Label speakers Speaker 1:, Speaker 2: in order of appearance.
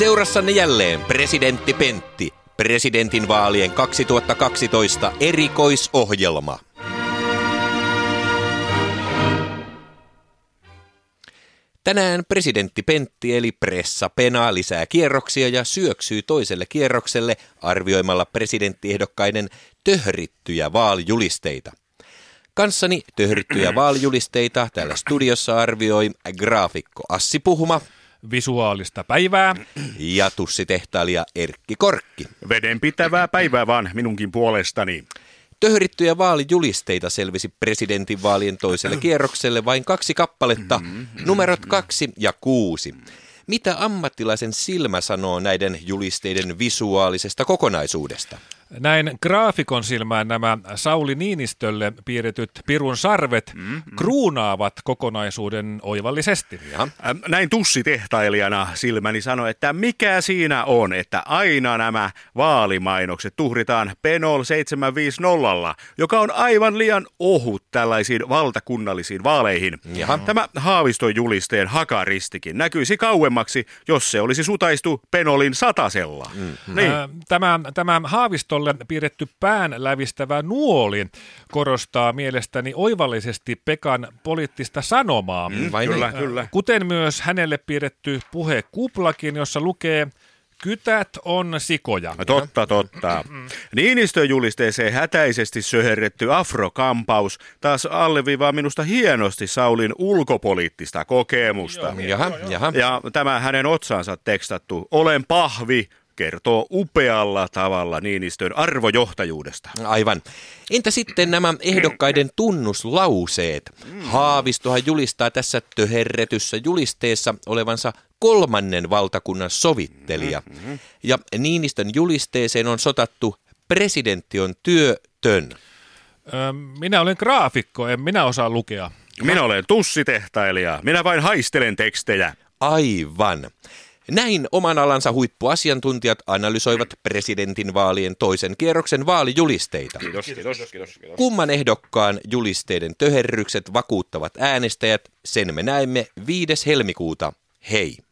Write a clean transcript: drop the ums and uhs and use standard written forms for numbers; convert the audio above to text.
Speaker 1: Seurassanne jälleen presidentti Pentti, presidentinvaalien 2012 erikoisohjelma. Tänään presidentti Pentti eli pressa penaa lisää kierroksia ja syöksyy toiselle kierrokselle arvioimalla presidenttiehdokkaiden töhrittyjä vaalijulisteita. Kanssani töhrittyjä vaalijulisteita täällä studiossa arvioi graafikko Assi Puhuma,
Speaker 2: visuaalista päivää
Speaker 1: ja tussitehtailija Erkki Korkki.
Speaker 3: Vedenpitävää päivää vaan minunkin puolestani.
Speaker 1: Töhrittyjä vaalijulisteita selvisi presidentinvaalien toiselle kierrokselle vain 2 kappaletta, numerot 2 ja 6. Mitä ammattilaisen silmä sanoo näiden julisteiden visuaalisesta kokonaisuudesta?
Speaker 2: Näin graafikon silmään nämä Sauli Niinistölle piirretyt pirun sarvet kruunaavat kokonaisuuden oivallisesti.
Speaker 3: Näin tussitehtailijana silmäni sanoi, että mikä siinä on, että aina nämä vaalimainokset tuhritaan Penol 750, joka on aivan liian ohut tällaisiin valtakunnallisiin vaaleihin.
Speaker 1: Jaha.
Speaker 3: Tämä Haaviston julisteen hakaristikin näkyisi kauemmaksi, jos se olisi sutaistu Penolin satasella. Niin.
Speaker 2: Tämä Haavistolle piirretty pään lävistävä nuoli korostaa mielestäni oivallisesti Pekan poliittista sanomaa.
Speaker 3: Kyllä.
Speaker 2: Kuten myös hänelle piirretty puhekuplakin, jossa lukee: kytät on sikoja.
Speaker 3: Totta. Niinistön julisteeseen hätäisesti söherretty afrokampaus taas alleviivaa minusta hienosti Saulin ulkopoliittista kokemusta.
Speaker 1: Jaha.
Speaker 3: Ja tämä hänen otsansa tekstattu "Olen pahvi" kertoo upealla tavalla Niinistön arvojohtajuudesta.
Speaker 1: Aivan. Entä sitten nämä ehdokkaiden tunnuslauseet? Haavistohan julistaa tässä töherretyssä julisteessa olevansa 3. valtakunnan sovittelija. Ja Niinistön julisteeseen on sotattu "presidentti on työtön".
Speaker 2: Minä olen graafikko, en minä osaa lukea.
Speaker 3: Minä olen tussitehtailija. Minä vain haistelen tekstejä.
Speaker 1: Aivan. Näin oman alansa huippuasiantuntijat analysoivat presidentinvaalien toisen kierroksen vaalijulisteita.
Speaker 3: Kiitos.
Speaker 1: Kumman ehdokkaan julisteiden töherrykset vakuuttavat äänestäjät, sen me näemme 5. helmikuuta. Hei!